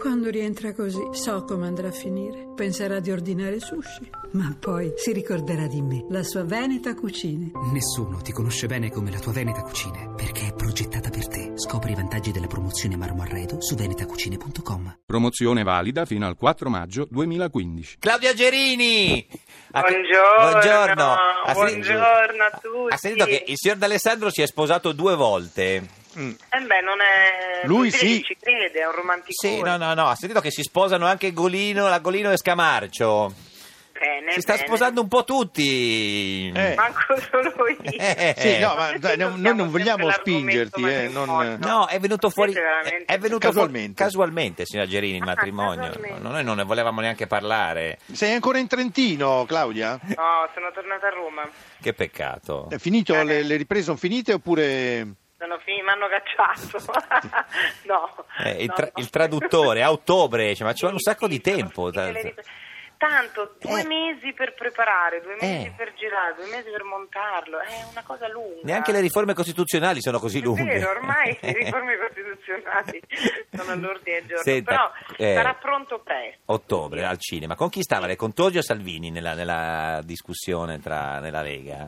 Quando rientra così, so come andrà a finire. Penserà di ordinare sushi, ma poi si ricorderà di me, la sua Veneta Cucine. Nessuno ti conosce bene come la tua Veneta Cucine, perché è progettata per te. Scopri i vantaggi della promozione Marmo Arredo su venetacucine.com. Promozione valida fino al 4 maggio 2015. Claudia Gerini! Buongiorno. Buongiorno a tutti. Ha sentito che il signor D'Alessandro si è sposato 2 volte. Non è... Lui vuol dire sì. che ci crede, è un romanticone. Sì, no, ha sentito che si sposano anche la Golino e Scamarcio. Bene, Si sta sposando un po' tutti. Manco solo io. Sì, no, ma dai, noi non vogliamo spingerti, No, è venuto fuori. È venuto casualmente. Casualmente, signora Gerini, il matrimonio. Casualmente. Noi non ne volevamo neanche parlare. Sei ancora in Trentino, Claudia? No, sono tornata a Roma. Che peccato. È finito? Le riprese sono finite oppure... Mi hanno cacciato. No. Il traduttore a ottobre, ma ci vuole un sacco di tempo. Tanto, 2 mesi per preparare, 2 mesi per girare, 2 mesi per montarlo, è una cosa lunga. Neanche le riforme costituzionali sono così lunghe. È vero, ormai le riforme costituzionali sono all'ordine del giorno, Senta, però sarà pronto presto. Ottobre al cinema. Con chi stava? Con Tosi o Salvini nella discussione nella Lega?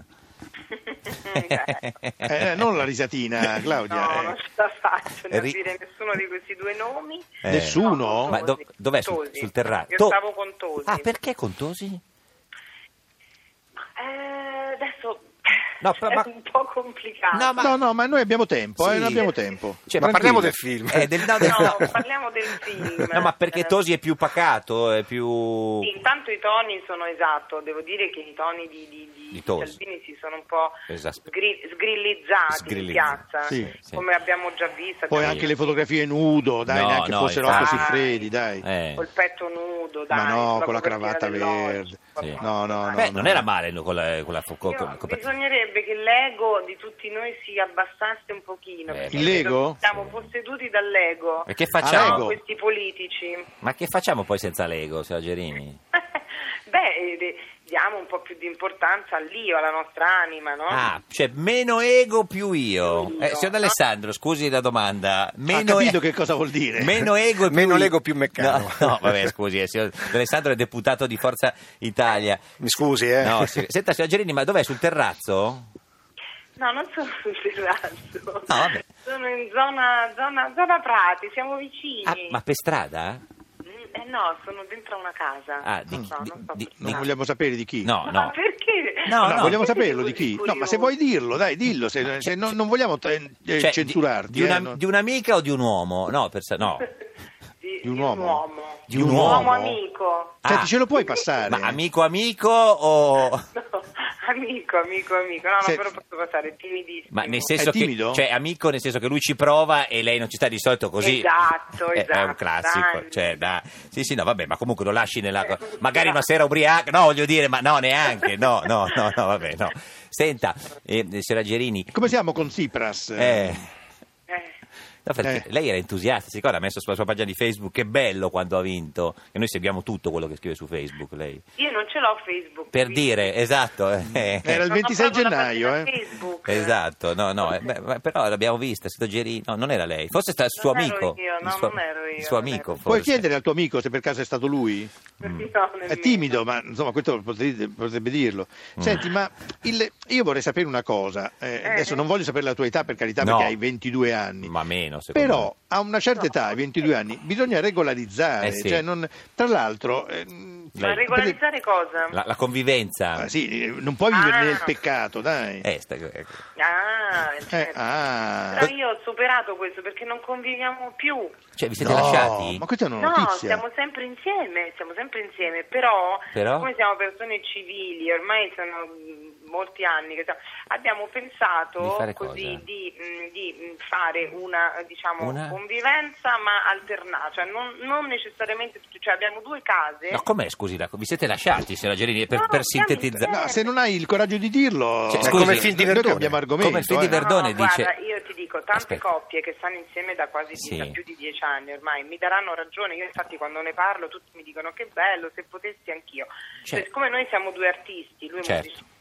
Non la risatina, Claudia. No, non ce la faccio a dire nessuno di questi 2 nomi. Nessuno? No, Ma dov'è? Tosi. Sul terrazzo? Io stavo con Tosi. Ah, perché con Tosi? Adesso No, è un po' complicato. No, ma noi abbiamo tempo, Sì. non abbiamo tempo. Cioè, ma parliamo del film. No, parliamo del film. No, ma perché Tosi è più pacato, è più... Sì, intanto i toni sono esatto, devo dire che i toni di Tosi. Salvini si sono un po' Sgrillizzati sgrillizzati in piazza, Sì. come abbiamo già visto. Poi anche le fotografie nudo, dai, No, neanche no, fossero infatti. così freddi, dai. Col petto nudo, dai. Ma no, sulla con la copertina cravatta dell'oggi. verde. Sì. No. Beh, non era male con la Bisognerebbe che l'ego di tutti noi si abbassasse un pochino. Perché Il Lego? siamo posseduti dall'ego. E che facciamo? Lego? Questi politici. Ma che facciamo poi senza l'ego, signora Gerini? Diamo un po' più di importanza all'io, alla nostra anima, no? Ah, cioè meno ego più io. Signor D'Alessandro, scusi la domanda. Ha capito che cosa vuol dire? Meno ego e più Meno Lego più Meccano. No, vabbè, scusi, signor D'Alessandro è deputato di Forza Italia. Mi scusi, No, senta, signora Gerini, ma dov'è? Sul terrazzo? No, non sono sul terrazzo. No, vabbè. Sono in zona Prati, siamo vicini. Ah, ma per strada? No, sono dentro una casa. Ah, Non vogliamo sapere di chi. No. Ma perché? No, vogliamo Perché saperlo di chi. No, ma se vuoi dirlo, dai, dillo. Se non vogliamo censurarti. Di un'amica o di un uomo? No, no. Di un uomo. Di un uomo amico. Senti, ce lo puoi passare? Ma amico o... No, amico. No, però posso passare, timidissimo. Ma nel senso È timido? che, cioè amico nel senso che lui ci prova e lei non ci sta di solito così. Esatto. È un classico, dai. cioè, sì, no, vabbè, ma comunque lo lasci magari una sera ubriaca, no, voglio dire, ma no, neanche, no, vabbè, no. Senta, signora Gerini. Come siamo con Tsipras? No, perché lei era entusiasta, si ricorda, ha messo sulla sua pagina di Facebook, che bello quando ha vinto, e noi seguiamo tutto quello che scrive su Facebook, lei. Io non ce l'ho Facebook. Per dire, esatto. Era il 26 gennaio, Facebook. Esatto, però l'abbiamo vista, Gerini, no, non era lei, forse sta il suo amico. Non ero io. Il suo amico, forse. Puoi chiedere al tuo amico se per caso è stato lui? No, È timido, ma insomma questo potrebbe dirlo. Senti, ma io vorrei sapere una cosa. Adesso non voglio sapere la tua età, per carità, No. perché hai 22 anni. Ma meno, secondo Però me. a una certa età, ai 22 anni, bisogna regolarizzare. Sì. Cioè tra l'altro... Ma regolarizzare cosa? La convivenza. sì, non puoi vivere nel peccato, dai. Certo. Ah. Però io ho superato questo perché non conviviamo più. Cioè, vi siete lasciati? Ma questa è una No, notizia. stiamo sempre insieme, però come siamo persone civili, ormai sono molti anni che abbiamo pensato Di fare così cosa? di fare una convivenza ma alternata, cioè non necessariamente cioè abbiamo 2 case. No, com'è, scusi, vi siete lasciati, signora Gerini, per sintetizzare? No, se non hai il coraggio di dirlo, Cioè, È scusi, come il film di noi Verdone. cambiamo argomento. Come il film di Verdone dice... Guarda, io ti dico, tante Aspetta. coppie che stanno insieme da quasi da più di 10 anni ormai mi daranno ragione. Io infatti quando ne parlo tutti mi dicono che bello, se potessi anch'io. Cioè, siccome noi siamo 2 artisti, lui è Certo.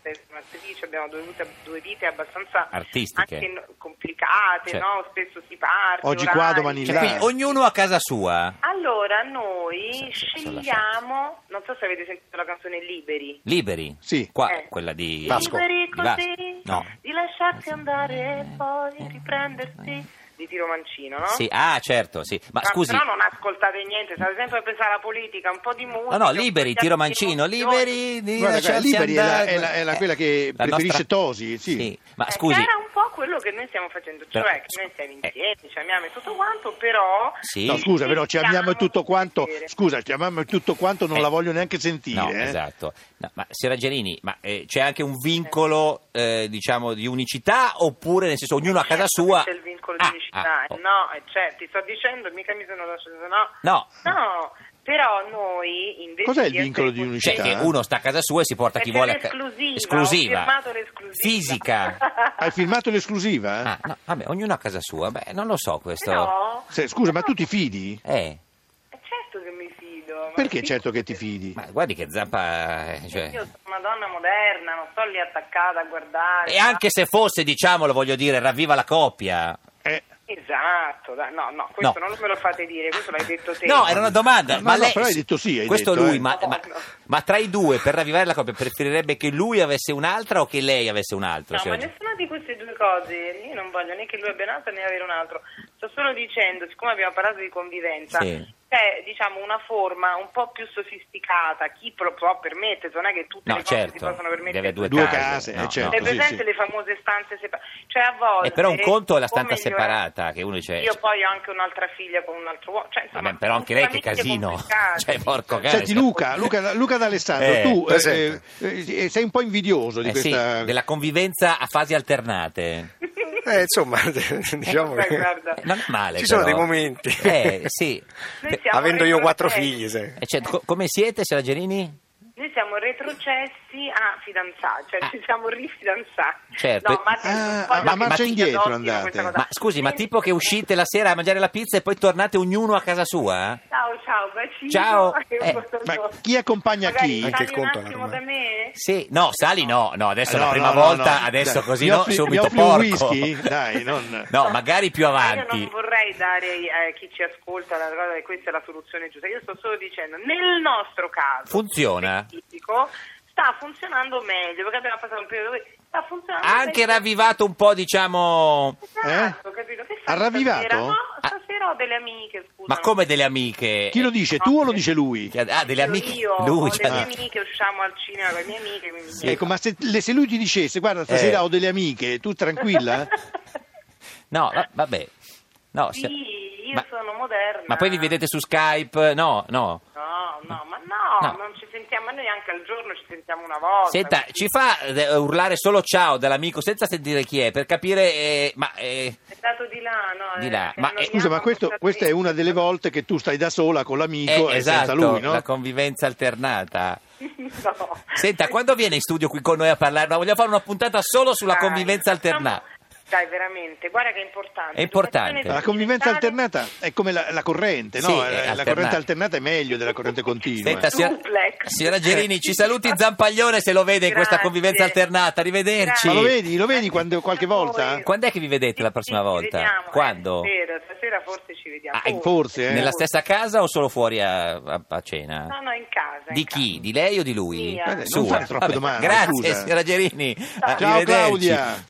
un'attrice, abbiamo due vite abbastanza artistiche, anche complicate, no? Spesso si parte oggi qua, domani là. Quindi ognuno a casa sua. Allora noi scegliamo, non so se avete sentito la canzone Liberi. Sì. Qua, quella di Vasco. Liberi Di Vasco. così, No. di lasciarsi andare e poi riprendersi, di Tiro Mancino, no? Sì, certo, sì. Ma Ma scusi. però non ascoltate niente, state sempre a pensare alla politica, un po' di musica. No, Liberi, un po' di Tiro Mancino, emozioni. liberi di Guarda, lasciarsi Liberi andare. è quella che la preferisce nostra- Tosi, sì. Ma scusi, Era un po' quello che noi stiamo facendo, cioè Però- che noi stiamo insieme, ci amiamo e tutto quanto, però... sì. No, scusa, però ci amiamo e tutto quanto. Vedere. Scusa, ci amiamo e tutto quanto, non la voglio neanche sentire. No, esatto. No, ma signora Gerini, ma c'è anche un vincolo, diciamo, di unicità, oppure nel senso ognuno a casa sua? C'è il vincolo di unicità, oh. no, cioè, ti sto dicendo, mica mi sono lasciato, No. No, però noi invece... Cos'è il di vincolo essere di Cioè unicità? che uno sta a casa sua e si porta chi Perché vuole l'esclusiva, ho firmato l'esclusiva. fisica. Hai filmato l'esclusiva? No, vabbè, ognuno a casa sua. Beh, non lo so questo. No, Scusa, ma tu ti fidi? certo che mi fido. ma Perché sì, certo che ti fidi? Ma guardi che Zappa, cioè. Io sono una donna moderna, non sto lì attaccata a guardare. E anche se fosse, diciamolo, voglio dire, ravviva la coppia. Esatto, no, questo No. non me lo fate dire, questo l'hai detto te. No, era una domanda. No, ma no, lei, però hai detto sì, hai questo detto, lui, eh. ma No. tra i due, per ravvivare la coppia, preferirebbe che lui avesse un'altra o che lei avesse un altro? No, ma signora? nessuna di queste due cose, io non voglio né che lui abbia un'altra né avere un altro. Sto solo dicendo, siccome abbiamo parlato di convivenza, Sì. c'è diciamo una forma un po' più sofisticata, chi può permettersi, non è che tutte No, le cose certo, si possono permettere. deve Due case, case, no, certo. È Sì, presente sì. le famose stanze separate? Cioè a volte... Però un conto è la può stanza migliorare. separata, che uno dice. Io poi ho anche un'altra figlia con un altro uomo. Cioè, insomma, Vabbè, però anche lei che famiglie casino. complicate. Cioè, porco cane. Senti Luca D'Alessandro, tu presente. sei un po' invidioso di Sì, questa... della convivenza a fasi alternate. Insomma, diciamo Beh, che guarda. Non è male. ci sono però. dei momenti. Sì. Noi siamo Avendo io 4 retrocessi. figli, sai. E cioè, come siete, signora Gerini? Noi siamo retrocessi a fidanzati, cioè ci siamo rifidanzati. Certo. No, ma ma marcia indietro andate. Ma scusi, ma tipo che uscite la sera a mangiare la pizza e poi tornate ognuno a casa sua? Ciao, bacino. Ciao. Ma chi accompagna Magari chi? Anche il sali un conto è attimo normale. da me? Sì, no, Sali no, adesso è la No, prima no, volta, no. adesso Dai, così mi no, offri- subito mi offri un porco. whisky? Dai, non... No, magari più Io avanti. non vorrei dare a chi ci ascolta la cosa che questa è la soluzione giusta. Io sto solo dicendo, nel nostro caso Funziona? specifico, sta funzionando meglio, perché abbiamo passato un periodo dove sta funzionando Ha anche meglio. ravvivato un po', diciamo. Esatto, capito? Che Ha fai ravvivato? stasera? No, stasera ho delle amiche, scusa. Ma come delle amiche? Chi lo dice, tu o lo dice lui? Delle amiche. Io Lui, ho cioè- delle amiche, usciamo al cinema con le mie amiche, quindi Sì. Ecco, ma se lui ti dicesse, guarda, stasera ho delle amiche, tu tranquilla? No, vabbè. No, Sì, io ma- sono moderna. ma poi vi vedete su Skype? No. No, non ci sentiamo, noi anche al giorno ci sentiamo una volta. Senta, quindi ci fa urlare solo ciao dall'amico senza sentire chi è, per capire, È stato di là, no? Di là, che ma- non Scusa, ma abbiamo questa è una delle volte che tu stai da sola con l'amico e esatto, senza lui, no? la convivenza alternata. No. Senta, quando viene in studio qui con noi a parlare? No, vogliamo fare una puntata solo sulla Dai, convivenza alternata. Dai, veramente, guarda che è importante. È importante. Educazione La convivenza sentimentale, alternata è come la corrente, no? Sì, è La alternata. corrente alternata è meglio della corrente continua. Senta, Duplex. signora Gerini, ci saluti Zampaglione se lo vede in questa Grazie. convivenza alternata. Arrivederci. Ma lo vedi qualche volta? Quando è che vi vedete la prossima Sì, ci volta? vediamo, Quando? Stasera forse ci vediamo. Forse, Nella stessa casa o solo fuori a cena? No, in casa. Di in casa. chi? Di lei o di lui? Mia. Guarda, non Sua. fare troppe Vabbè, domande, Grazie, scusa. signora Gerini. Ciao Arrivederci. Claudia.